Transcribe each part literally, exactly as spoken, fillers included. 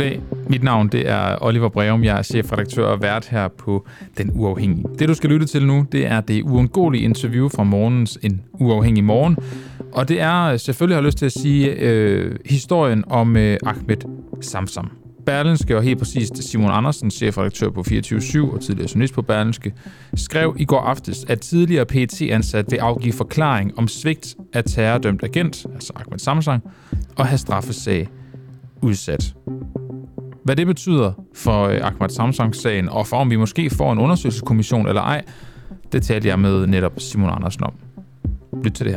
Goddag, mit navn det er Oliver Breum, jeg er chefredaktør og vært her på Den Uafhængige. Det du skal lytte til nu, det er det uundgåelige interview fra morgens En Uafhængig Morgen. Og det er, selvfølgelig har jeg lyst til at sige, øh, historien om øh, Ahmed Samsam. Berlingske og helt præcist Simon Andersen, chefredaktør på fireogtyve syv og tidligere journalist på Berlingske, skrev i går aftes, at tidligere P E T-ansat vil afgive forklaring om svigt af terrordømt agent, altså Ahmed Samsam, og have straffesag udsat. Hvad det betyder for Ahmed Samsam-sagen, og for om vi måske får en undersøgelseskommission eller ej, det talte jeg med netop Simon Andersen om. Lyt til det her.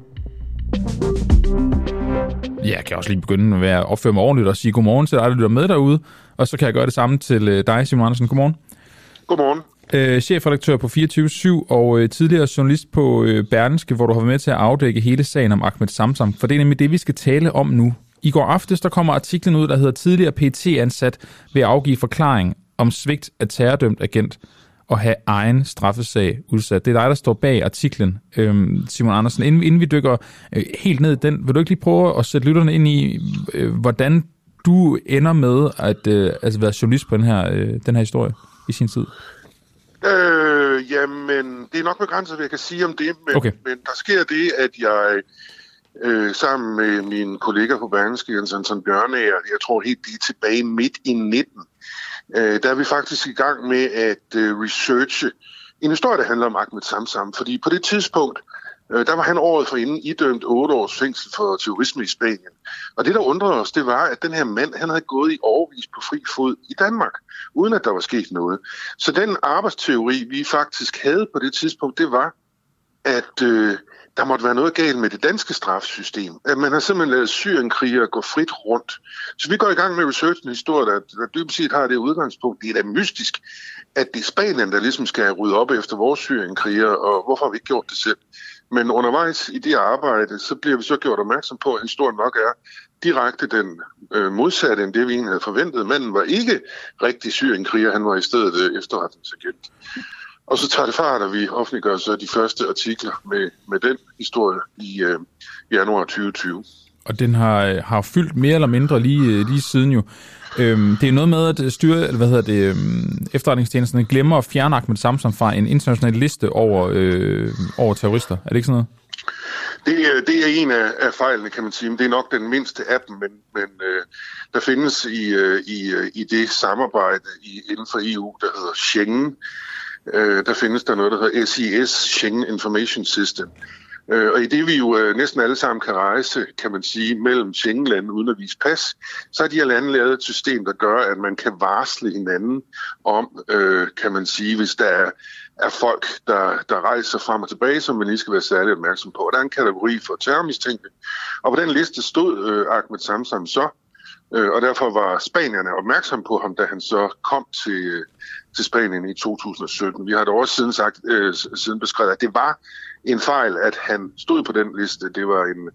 Ja, jeg kan også lige begynde med at opføre mig ordentligt og sige godmorgen til dig, der lytter med derude. Og så kan jeg gøre det samme til dig, Simon Andersen. Godmorgen. Godmorgen. Øh, chefredaktør på fireogtyve syv og øh, tidligere journalist på øh, Berlingske, hvor du har været med til at afdække hele sagen om Ahmed Samsam. For det er nemlig det, vi skal tale om nu. I går aftes, der kommer artiklen ud, der hedder tidligere P E T-ansat ved at afgive forklaring om svigt af terrordømt agent og have egen straffesag udsat. Det er dig, der står bag artiklen, øhm, Simon Andersen. Inden, inden vi dykker øh, helt ned i den, vil du ikke lige prøve at sætte lytterne ind i, øh, hvordan du ender med at øh, altså være journalist på den her, øh, den her historie i sin tid? Øh, jamen, det er nok begrænset, hvad jeg kan sige om det, men, okay. men der sker det, at jeg øh, sammen med mine kolleger på Berlingske, Jens Anton Bjørnager, jeg tror helt lige tilbage midt i nitten, øh, der er vi faktisk i gang med at øh, researche en historie, der handler om Ahmed Samsam, fordi på det tidspunkt, øh, der var han året forinden idømt otte års fængsel for terrorisme i Spanien. Og det, der undrede os, det var, at den her mand, han havde gået i årevis på fri fod i Danmark, uden at der var sket noget. Så den arbejdsteori, vi faktisk havde på det tidspunkt, det var, at øh, der måtte være noget galt med det danske straffesystem. At man har simpelthen lavet syrienkrigere gå frit rundt. Så vi går i gang med researchen historie, der, der dybest set har det udgangspunkt. Det er da mystisk, at det er Spanien, der ligesom skal rydde op efter vores syrienkrigere, og hvorfor har vi ikke gjort det selv? Men undervejs i det arbejde, så bliver vi så gjort opmærksom på, at historien nok er direkte den øh, modsatte end det, vi egentlig havde forventet. Manden var ikke rigtig syrienkriger, han var i stedet øh, efterretningsagent. Og så tager det fart, at vi offentliggør så de første artikler med, med den historie i øh, januar tyve tyve. Og den har, har fyldt mere eller mindre lige, lige siden jo. Øhm, det er noget med at styre, eller hvad hedder det, øhm, efterretningstjenesterne glemmer at fjerne Ahmed Samsam fra en international liste over, øh, over terrorister. Er det ikke sådan noget? Det, det er en af, af fejlene, kan man sige. Det er nok den mindste af dem, men, men øh, der findes i, øh, i, i det samarbejde i, inden for E U, der hedder Schengen, øh, der findes der noget, der hedder S I S, Schengen Information System. Øh, og i det vi jo øh, næsten alle sammen kan rejse, kan man sige, mellem Schengen-lande uden at vise pas, så har de her lande lavet et system, der gør, at man kan varsle hinanden om, øh, kan man sige, hvis der er er folk, der, der rejser frem og tilbage, som man lige skal være særlig opmærksom på. Og der er en kategori for terrormistænkte. Og på den liste stod øh, Ahmed Samsam så, øh, og derfor var spanierne opmærksom på ham, da han så kom til, til Spanien i to tusind og sytten. Vi har da også siden, sagt, øh, siden beskrevet, at det var en fejl, at han stod på den liste. Det var en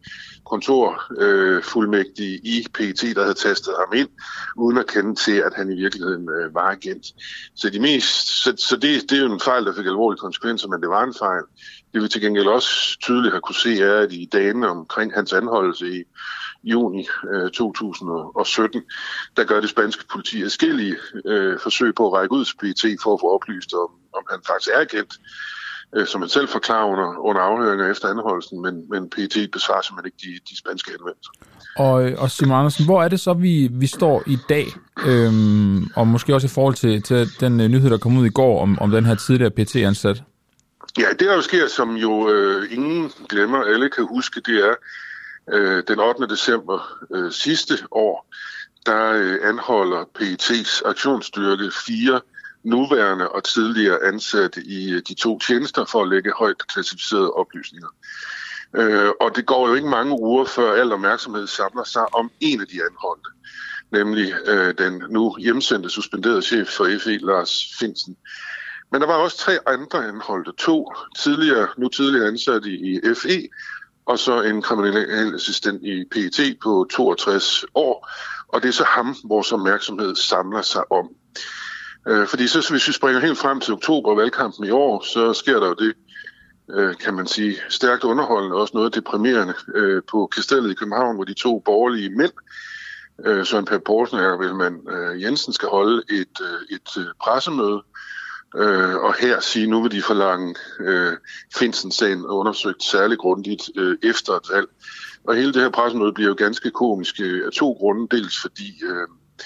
kontorfuldmægtig øh, i P E T, der havde tastet ham ind, uden at kende til, at han i virkeligheden øh, var agent. Så, de mest, så, så det, det er jo en fejl, der fik alvorlige konsekvenser, men det var en fejl. Det vi til gengæld også tydeligt har kunne se, er, at i dagene omkring hans anholdelse i juni øh, to tusind og sytten, der gør det spanske politi adskillige øh, forsøg på at række ud til P E T for at få oplyst, om, om han faktisk er agent, som han selv forklarer under, under afhøringer efter anholdelsen, men, men P E T besvarer simpelthen ikke de, de spanske henvendelser. Og, og Simon Andersen, hvor er det så, vi, vi står i dag, øhm, og måske også i forhold til, til den uh, nyhed, der kom ud i går om, om den her tidligere P E T-ansat? Ja, det der jo sker, som jo øh, ingen glemmer, alle kan huske, det er øh, den ottende december øh, sidste år, der øh, anholder P E T's aktionsstyrke fire nuværende og tidligere ansatte i de to tjenester for at lægge højt klassificerede oplysninger. Øh, og det går jo ikke mange uger, før al opmærksomhed samler sig om en af de anholdte, nemlig øh, den nu hjemsendte suspenderede chef for F E, Lars Findsen. Men der var også tre andre anholdte, to tidligere, nu tidligere ansatte i F E, og så en kriminalassistent i P E T på toogtres år, og det er så ham, vores opmærksomhed samler sig om. Fordi så hvis vi springer helt frem til oktober valgkampen i år, så sker der jo det, kan man sige, stærkt underholdende og også noget deprimerende på Kastellet i København, hvor de to borgerlige mænd øh, Søren Pape Poulsen og Jakob Ellemann-Jensen skal holde et, øh, et øh, pressemøde, øh, og her sige, nu vil de forlange øh, Findsen-sagen undersøgt særligt grundigt øh, efter et valg. Og hele det her pressemøde bliver jo ganske komisk øh, af to grunde. Dels fordi øh,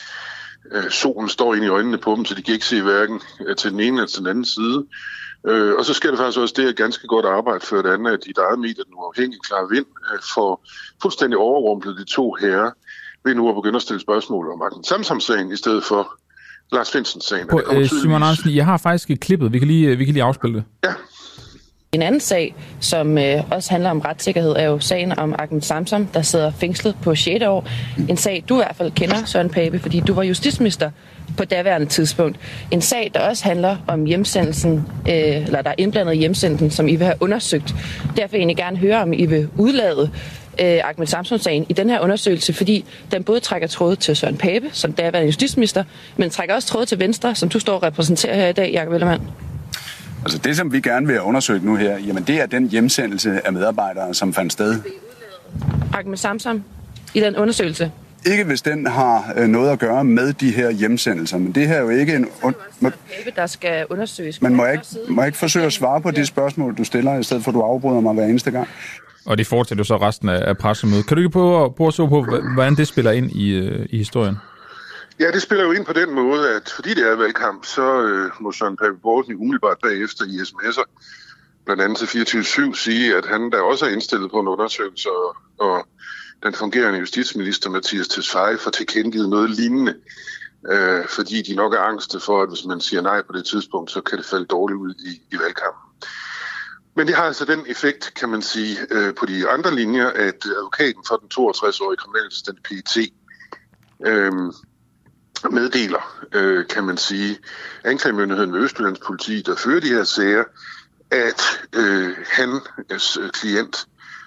øh, solen står ind i øjnene på dem, så de kan ikke se hverken øh, til den ene eller til den anden side. Øh, og så sker det faktisk også det, at ganske godt arbejde for det andet, at dit eget medie, den uafhængige Clara Vind, øh, får fuldstændig overrumplet de to herrer ved nu at begynde at stille spørgsmål om Ahmed Samsam-sagen i stedet for Lars Findsen-sagen. På, øh, Simon Andersen, jeg har faktisk klippet. Vi kan lige, vi kan lige afspille det. Ja. En anden sag, som øh, også handler om retssikkerhed, er jo sagen om Ahmed Samsam, der sidder fængslet på sjette år. En sag, du i hvert fald kender, Søren Pape, fordi du var justitsminister på daværende tidspunkt. En sag, der også handler om hjemsendelsen, øh, eller der er indblandet i hjemsendelsen, som I vil have undersøgt. Derfor vil jeg egentlig gerne høre, om I vil udlade øh, Ahmed Samsam-sagen i den her undersøgelse, fordi den både trækker tråd til Søren Pape, som daværende justitsminister, men trækker også tråd til Venstre, som du står og repræsenterer her i dag, Jakob Ellemann. Altså det, som vi gerne vil undersøge nu her, jamen det er den hjemsendelse af medarbejdere, som fandt sted. Ahmed Samsam i den undersøgelse? Ikke hvis den har noget at gøre med de her hjemsendelser, men det her er jo ikke en... Un- Pape, der skal undersøges. Men må jeg, ikke, må jeg ikke forsøge at svare på de spørgsmål, du stiller, i stedet for at du afbryder mig hver eneste gang? Og det fortsætter jo så resten af pressemødet. Kan du ikke prøve at, prøve at så på, hvordan det spiller ind i, i historien? Ja, det spiller jo ind på den måde, at fordi det er valgkamp, så øh, må Søren Pape Poulsen umiddelbart bagefter i sms'er, blandt andet til fireogtyve syv, sige, at han der også er indstillet på en undersøgelse, og, og den fungerende justitsminister Mathias Tesfaye får tilkendegivet noget lignende, øh, fordi de nok er angste for, at hvis man siger nej på det tidspunkt, så kan det falde dårligt ud i, i valgkampen. Men det har altså den effekt, kan man sige, øh, på de andre linjer, at advokaten for den toogtres-årige kriminalassistent P E T øh, meddeler, øh, kan man sige, anklagemyndigheden ved Østjyllands politi, der fører de her sager, at øh, hans klient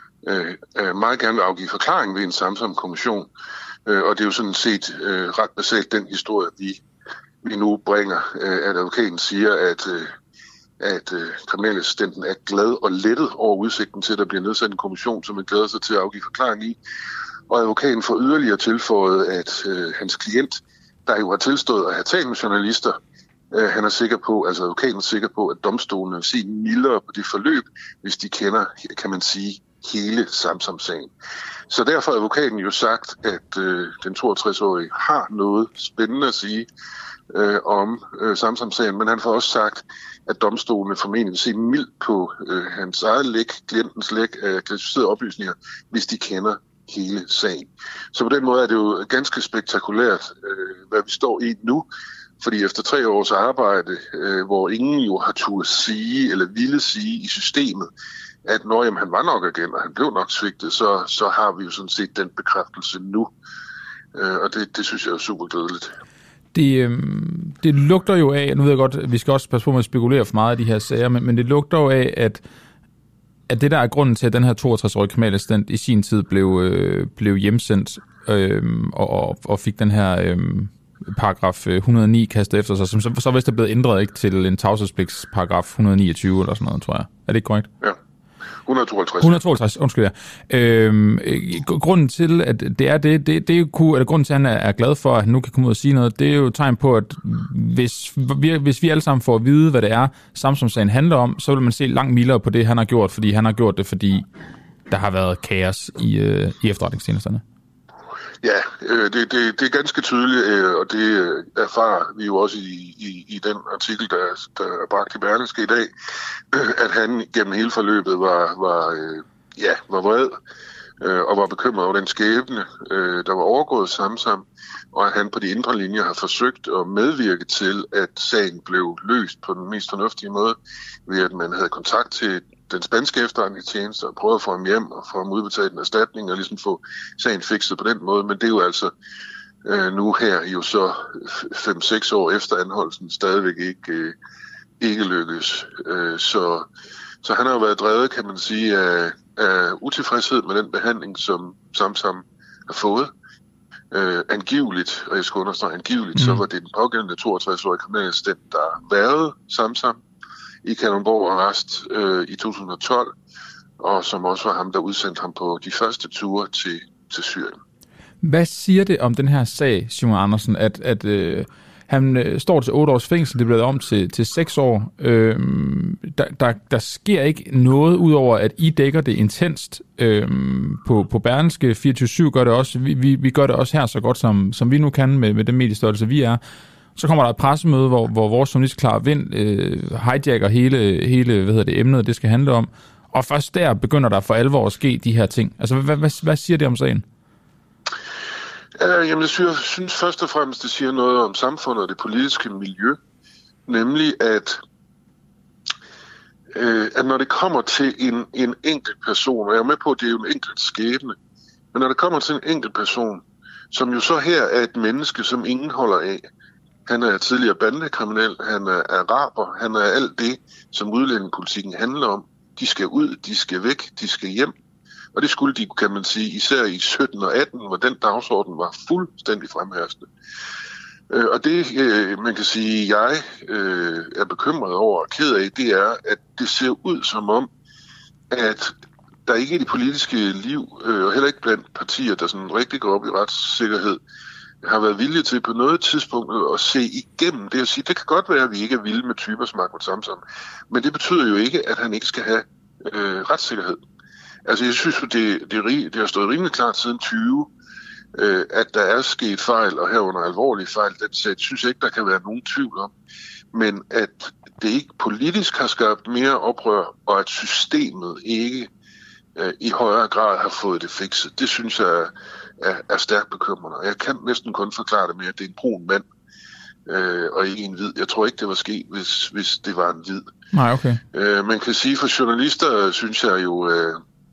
øh, meget gerne vil afgive forklaring ved en Samsam-kommission. Øh, og det er jo sådan set øh, ret basalt den historie, vi, vi nu bringer, øh, at advokaten siger, at, øh, at øh, kriminalassistenten er glad og lettet over udsigten til, at der bliver nedsat en kommission, som man glæder sig til at afgive forklaring i. Og advokaten får yderligere tilføjet, at øh, hans klient, der jo har tilstået at have talt med journalister, øh, han er sikker på, altså advokaten er sikker på, at domstolen vil se mildere på det forløb, hvis de kender, kan man sige, hele Samsam-sagen. Så derfor har advokaten jo sagt, at øh, den toogtres-årige har noget spændende at sige øh, om øh, Samsam-sagen, men han får også sagt, at domstolene formentlig vil se mildt på øh, hans eget læk, klientens læk af klassificerede oplysninger, hvis de kender hele sagen. Så på den måde er det jo ganske spektakulært, øh, hvad vi står i nu, fordi efter tre års arbejde, øh, hvor ingen jo har turde sige eller ville sige i systemet, at når jamen, han var nok agent, og han blev nok svigtet, så, så har vi jo sådan set den bekræftelse nu. Øh, og det, det synes jeg er super glædeligt. Det, øh, det lugter jo af, nu ved jeg godt, at vi skal også passe på med at spekulere for meget af de her sager, men, men det lugter jo af, at, at det der er grunden til, at den her toogtres-årige kriminalassistent i sin tid blev, øh, blev hjemsendt øh, og, og fik den her øh, paragraf et hundrede og ni kastet efter sig, som så, så vist er blevet ændret ikke, til en tavshedspligtsparagraf et hundrede og niogtyve eller sådan noget, tror jeg. Er det ikke korrekt? Ja. et hundrede og tooghalvtreds. et hundrede og tooghalvtreds, undskyld jeg. Øhm, grunden til, at det er det, det, det er jo, eller grunden til, at han er glad for, at han nu kan komme ud og sige noget, det er jo et tegn på, at hvis vi, hvis vi alle sammen får at vide, hvad det er, Samsam-sagen handler om, så vil man se langt mildere på det, han har gjort, fordi han har gjort det, fordi der har været kaos i, øh, i efterretningstjenesterne. Ja, øh, det, det, det er ganske tydeligt, øh, og det erfarer vi jo også i, i, i den artikel, der, der er bragt i Berlingske i dag, øh, at han gennem hele forløbet var, var, øh, ja, var vred øh, og var bekymret over den skæbne, øh, der var overgået Samsam, og at han på de indre linjer har forsøgt at medvirke til, at sagen blev løst på den mest fornuftige måde, ved at man havde kontakt til den spanske efterretningstjeneste og prøvede at få ham hjem og få ham udbetalt en erstatning og ligesom få sagen fikset på den måde. Men det er jo altså øh, nu her jo så fem seks år efter anholdelsen stadigvæk ikke, øh, ikke lykkes. Øh, så, så han har jo været drevet, kan man sige, af, af utilfredshed med den behandling, som Samsam har fået. Øh, angiveligt, og jeg skal understrege angiveligt, mm. så var det den pågældende toogtres-årige kriminalassistent, der værede Samsam i Kalundborg Arrest øh, i to tusind og tolv, og som også var ham, der udsendte ham på de første ture til, til Syrien. Hvad siger det om den her sag, Simon Andersen, at, at øh, han øh, står til otte års fængsel, det bliver om til, til seks år. Øh, der, der, der sker ikke noget, udover at I dækker det intenst. Øh, på, på Berlingske fireogtyve syv gør det også, vi, vi, vi gør det også her så godt, som, som vi nu kan med, med den mediestørrelse, vi er. Så kommer der et pressemøde, hvor, hvor vores journalist Clara Vind øh, hijacker hele, hele hvad hedder det, emnet, det skal handle om. Og først der begynder der for alvor at ske de her ting. Altså, hvad, hvad, hvad siger det om sagen? Uh, jamen, jeg synes, synes først og fremmest, det siger noget om samfundet og det politiske miljø. Nemlig, at, uh, at når det kommer til en, en enkelt person, og jeg er med på, at det er jo en enkelt skæbne, men når det kommer til en enkelt person, som jo så her er et menneske, som ingen holder af. Han er tidligere bandekriminel, han er araber, han er alt det, som udlændingepolitikken handler om. De skal ud, de skal væk, de skal hjem. Og det skulle de, kan man sige, især i sytten og atten, hvor den dagsorden var fuldstændig fremherskende. Og det, man kan sige, jeg er bekymret over og ked af, det er, at det ser ud som om, at der ikke i det politiske liv, og heller ikke blandt partier, der sådan rigtig går op i retssikkerhed, har været vilje til på noget tidspunkt at se igennem det og sige, det kan godt være, at vi ikke er vilde med typer som Ahmed Samsam, men det betyder jo ikke, at han ikke skal have øh, retssikkerhed. Altså jeg synes jo, det, det, det har stået rimelig klart siden tyve, øh, at der er sket fejl, og herunder alvorlige fejl, den sag, synes jeg ikke, der kan være nogen tvivl om. Men at det ikke politisk har skabt mere oprør, og at systemet ikke øh, i højere grad har fået det fikset, det synes jeg er, er, er stærkt bekymrende. Og jeg kan næsten kun forklare det med, at det er en brun mand, øh, og ikke en hvid. Jeg tror ikke, det var sket, hvis, hvis det var en hvid. Nej, okay. Øh, man kan sige, for journalister, synes jeg jo... Øh,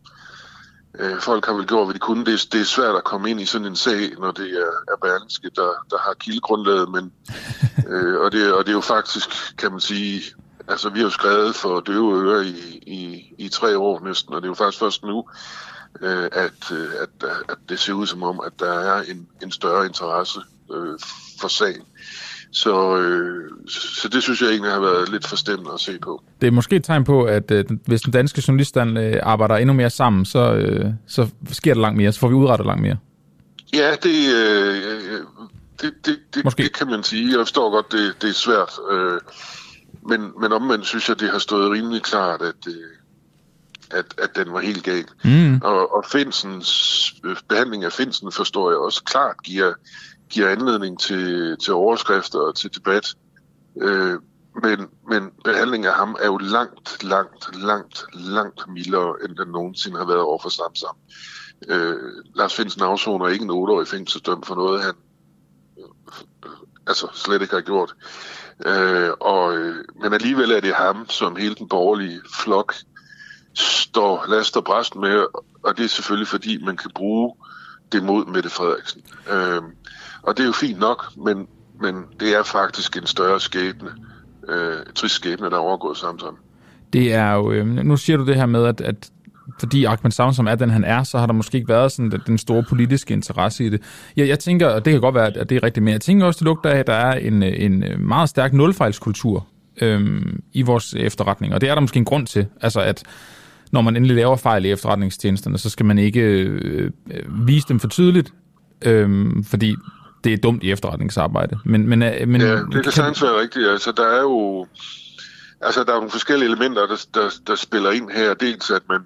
Folk har vel gjort, hvad de kunne. Det er, det er svært at komme ind i sådan en sag, når det er, er Berlingske, der, der har kildegrundlaget. Men, øh, og, det, og det er jo faktisk, kan man sige, altså vi har jo skrevet for døve ører i, i, i tre år næsten, og det er jo faktisk først nu, øh, at, at, at det ser ud som om, at der er en, en større interesse øh, for sagen. Så, øh, så det synes jeg egentlig har været lidt forstemmende at se på. Det er måske et tegn på, at øh, hvis den danske journaliststand øh, arbejder endnu mere sammen, så, øh, så sker der langt mere, så får vi udrettet langt mere. Ja, det, øh, det, det, det, det kan man sige. Jeg forstår godt, det, det er svært. Øh, men, men omvendt synes jeg, det har stået rimelig klart, at, øh, at, at den var helt gal. Mm. Og, og Findsens, behandling af Findsen, forstår jeg også klart, giver... giver anledning til, til overskrifter og til debat. Øh, men, men behandlingen af ham er jo langt, langt, langt, langt mildere, end den nogensinde har været over for Samsam. Øh, Lars Findsen afsoner ikke en otteårig fængselsdømt for noget, han øh, altså slet ikke har gjort. Øh, og, øh, men alligevel er det ham, som hele den borgerlige flok står last og bræst med, og det er selvfølgelig fordi, man kan bruge det mod Mette Frederiksen. Øh, Og det er jo fint nok, men, men det er faktisk en større skæbne, øh, trist skæbne, der er overgået Samsam. Det er jo, øh, nu siger du det her med, at, at fordi Ahmed Samsam er den, han er, så har der måske ikke været sådan den store politiske interesse i det. Jeg, jeg tænker, og det kan godt være, at det er rigtigt, men jeg tænker også, det lugter af, at der er en, en meget stærk nulfejlskultur øh, i vores efterretning, og det er der måske en grund til, altså at når man endelig laver fejl i efterretningstjenesterne, så skal man ikke øh, vise dem for tydeligt, øh, fordi det er dumt i efterretningsarbejde. Men, men, men, ja, det kan, kan sagtens være rigtigt. Altså, der er jo altså, der er nogle forskellige elementer, der, der, der spiller ind her. Dels at man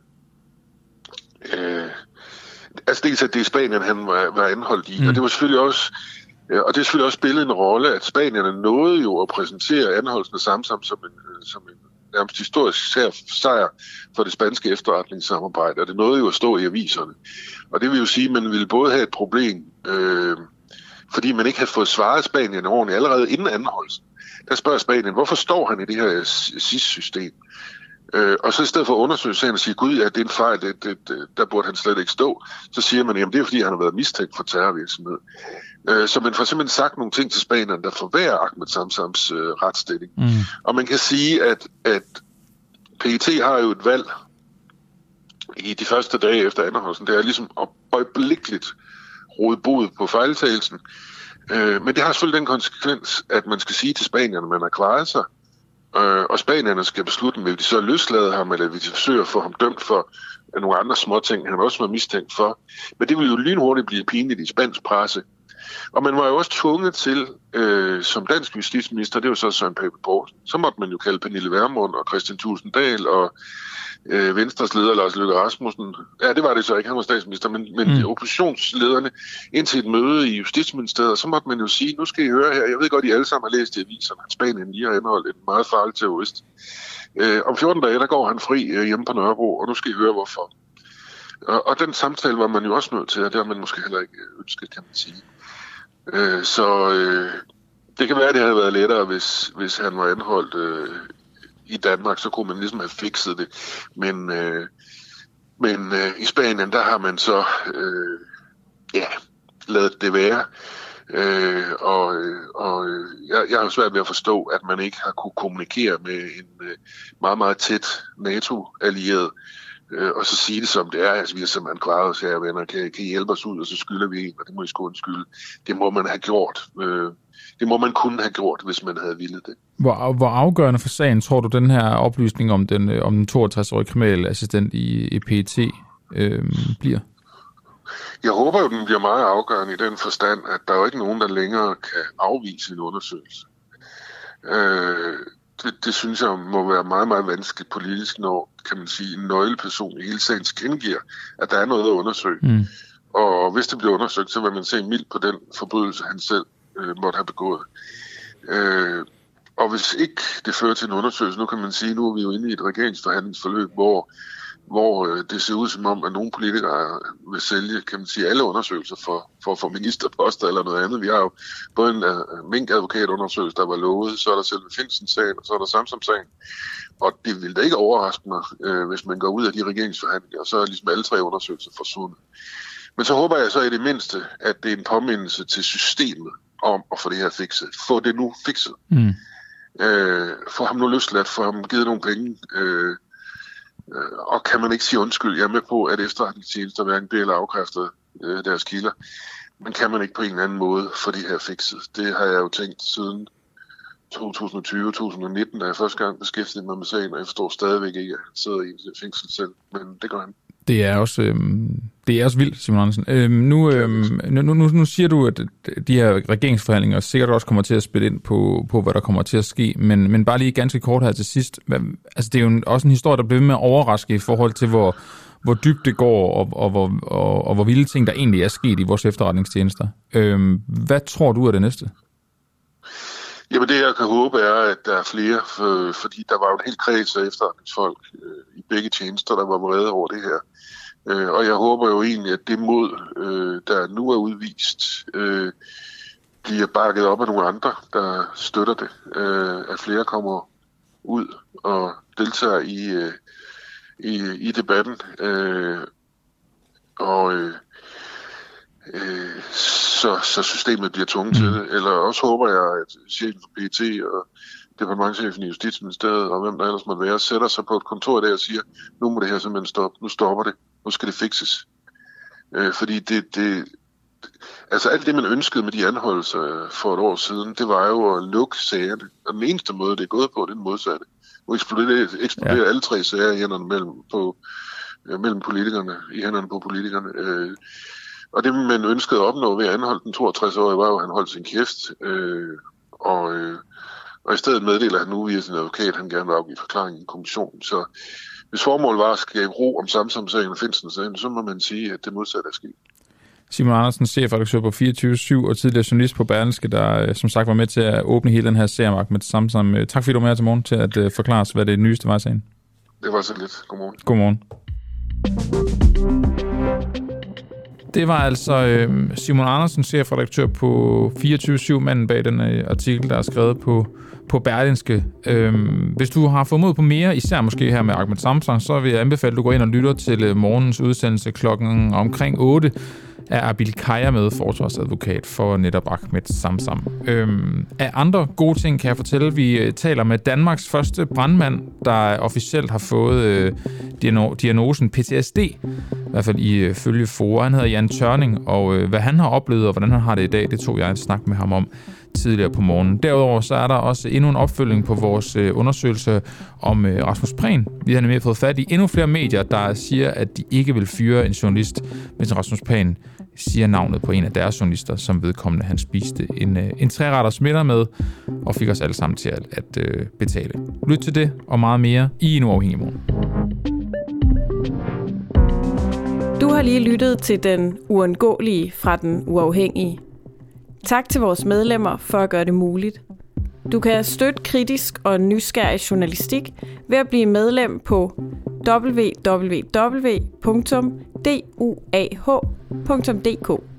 øh, altså dels at det er Spanien, han var, var anholdt i. Mm. Og det var selvfølgelig også ja, og det er selvfølgelig også spillet en rolle, at spanierne nåede jo at præsentere anholdelsen af Samsam som en, som en nærmest historisk sejr for det spanske efterretningssamarbejde. Og det nåede jo at stå i aviserne. Og det vil jo sige, at man ville både have et problem øh, fordi man ikke havde fået svaret Spanien ordentligt allerede inden anholdelsen. Der spørger Spanien, hvorfor står han i det her S I S-system? Øh, og så i stedet for at undersøge sagen og sige, gud, ja, det er en fejl, det, det, det, der burde han slet ikke stå, så siger man, jamen det er fordi, han har været mistænkt for terrorvirksomhed. Øh, så man får simpelthen sagt nogle ting til Spanien, der forværrer Ahmed Samsams øh, retsstilling. Mm. Og man kan sige, at, at P E T har jo et valg i de første dage efter anholdelsen. Det er ligesom øjeblikkeligt rådet bod på fejltagelsen. Øh, men det har selvfølgelig den konsekvens, at man skal sige til spanierne, at man har klaret sig, øh, og spanierne skal beslutte, om de så løslade ham, eller hvis de forsøger at få ham dømt for af nogle andre småting, han også var mistænkt for. Men det ville jo lynhurtigt blive pinligt i spansk presse. Og man var jo også tvunget til, øh, som dansk justitsminister, det var så Søren Pape Poulsen, så måtte man jo kalde Pernille Vermund og Kristian Thulesen Dahl og øh, Venstres leder Lars Løkke Rasmussen. Ja, det var det så ikke, han var statsminister, men, men mm. oppositionslederne ind til et møde i Justitsministeriet, og så måtte man jo sige, nu skal I høre her, jeg ved godt, I alle sammen har læst i aviserne, at Spanien lige har anholdt en meget farlig terrorist. Øh, om fjorten dage, der går han fri øh, hjemme på Nørrebro, og nu skal I høre, hvorfor. Og, og den samtale var man jo også nødt til, og det har man måske heller ikke ønsket, kan man sige. Øh, så øh, det kan være, at det havde været lettere, hvis, hvis han var anholdt øh, i Danmark, så kunne man ligesom have fikset det. Men, øh, men øh, i Spanien, der har man så øh, ja, ladet det være. Øh, og og jeg, jeg har svært ved at forstå, at man ikke har kunne kommunikere med en øh, meget, meget tæt NATO-allieret, øh, og så sige det som det er. Altså, vi har simpelthen gravet os her, venner, kan, kan I hjælpe os ud, og så skylder vi en, og det må I sgu undskylde. Det må man have gjort. Øh, det må man kunne have gjort, hvis man havde villet det. Hvor, hvor afgørende for sagen tror du, den her oplysning om den, om den toogtres-årige kriminalassistent i, i P E T øh, bliver? Jeg håber jo, den bliver meget afgørende i den forstand, at der er jo ikke nogen, der længere kan afvise en undersøgelse. Øh, det, det synes jeg må være meget, meget vanskeligt politisk, når, kan man sige, en nøgleperson i hele sagen tilkendegiver, at der er noget at undersøge. Mm. Og hvis det bliver undersøgt, så vil man se mildt på den forbrydelse, han selv øh, måtte have begået. Øh, og hvis ikke det fører til en undersøgelse, nu kan man sige, nu er vi jo inde i et regeringsforhandlingsforløb, hvor hvor det ser ud som om, at nogle politikere vil sælge, kan man sige, alle undersøgelser for, for at få ministerposter eller noget andet. Vi har jo både en uh, minkadvokatundersøgelse, der var lovet, så er der selve Findsen-sagen, og så er der Samsam-sagen. Og det vil da ikke overraske mig, øh, hvis man går ud af de regeringsforhandlinger, og så er ligesom alle tre undersøgelser forsvundet. Men så håber jeg så i det mindste, at det er en påmindelse til systemet om at få det her fikset. Få det nu fikset. Mm. Øh, få ham nu løsladt, få ham givet nogle penge, øh, og kan man ikke sige undskyld, jeg er med på, at efterretningstjenester hverken bliver eller afkræftet øh, deres kilder, men kan man ikke på en eller anden måde få det her fikset. Det har jeg jo tænkt siden to tusind og tyve til to tusind og nitten, da jeg første gang beskæftigede mig med sagen, og jeg forstår stadigvæk ikke, at han sidder i et fængsel selv, men det gør han. Det er også, øh, det er også vildt, Simon Andersen. Øh, nu, øh, nu, nu, nu siger du, at de her regeringsforhandlinger sikkert også kommer til at spille ind på, på hvad der kommer til at ske, men, men bare lige ganske kort her til sidst. Altså, det er jo også en historie, der bliver med at overraske i forhold til, hvor, hvor dybt det går, og, og, og, og, og hvor vilde ting, der egentlig er sket i vores efterretningstjenester. Øh, hvad tror du er det næste? Jamen det, jeg kan håbe, er, at der er flere, for, fordi der var jo en hel kreds af efterretningsfolk øh, i begge tjenester, der var vrede over det her. Øh, og jeg håber jo egentlig, at det mod, øh, der nu er udvist, øh, bliver bakket op af nogle andre, der støtter det. Øh, at flere kommer ud og deltager i, øh, i, i debatten. Øh, og øh, øh, så, så systemet bliver tvunget mm. til det. Eller også håber jeg, at chefen for P E T og departementschefen i Justitsministeriet og hvem der ellers måtte være, sætter sig på et kontor der og siger, nu må det her simpelthen stoppe, nu stopper det, nu skal det fikses. Øh, fordi det, det, altså alt det, man ønskede med de anholdelser for et år siden, det var jo at lukke sagerne. Og den eneste måde, det er gået på, det er den modsatte. Nu eksploderer, eksploderer ja. alle tre sager i hænderne mellem, på, øh, mellem politikerne, i hænderne på politikerne. Øh, og det, man ønskede at opnå ved at anholde den toogtres-årige, var jo, at han holdt sin kæft. Øh, og, øh, og i stedet meddeler han nu via sin advokat, han gerne vil afgive forklaring i en kommission. Så hvis formålet var at skabe ro om Samsam-sagen og Findsen-sagen, så må man sige, at det modsatte er sket. Simon Andersen, chefredaktør på fireogtyve syv og tidligere journalist på Berlingske, der som sagt var med til at åbne hele den her serie om Ahmed Samsam. Tak fordi du var med her til morgen til at uh, forklare os, hvad det nyeste var i sagen. Det var så lidt. Godmorgen. Godmorgen. Det var altså øh, Simon Andersen, chefredaktør på fireogtyve syv, manden bag den øh, artikel, der er skrevet på, på Berlingske. Øh, hvis du har fået mod på mere, især måske her med Ahmed Samsam, så vil jeg anbefale, at du går ind og lytter til øh, morgens udsendelse klokken omkring otte, er Abil Kaya med, forsvarsadvokat for netop Ahmed Samsam. Øhm, af andre gode ting kan jeg fortælle, vi taler med Danmarks første brandmand, der officielt har fået øh, diagnosen P T S D, i hvert fald ifølge Fora. Han hedder Jan Tørning, og øh, hvad han har oplevet, og hvordan han har det i dag, det tog jeg en snak med ham om tidligere på morgenen. Derudover så er der også endnu en opfølging på vores øh, undersøgelse om øh, Rasmus Prehn. Vi har nemlig fået fat i endnu flere medier, der siger, at de ikke vil fyre en journalist, hvis Rasmus Prehn siger navnet på en af deres journalister, som vedkommende han spiste en, øh, en træretters middag med, og fik os alle sammen til at, at øh, betale. Lyt til det og meget mere i En Uafhængig Morgen. Du har lige lyttet til Den Uundgåelige fra Den Uafhængige. Tak til vores medlemmer for at gøre det muligt. Du kan støtte kritisk og nysgerrig journalistik ved at blive medlem på w w w punktum d u a h punktum d k.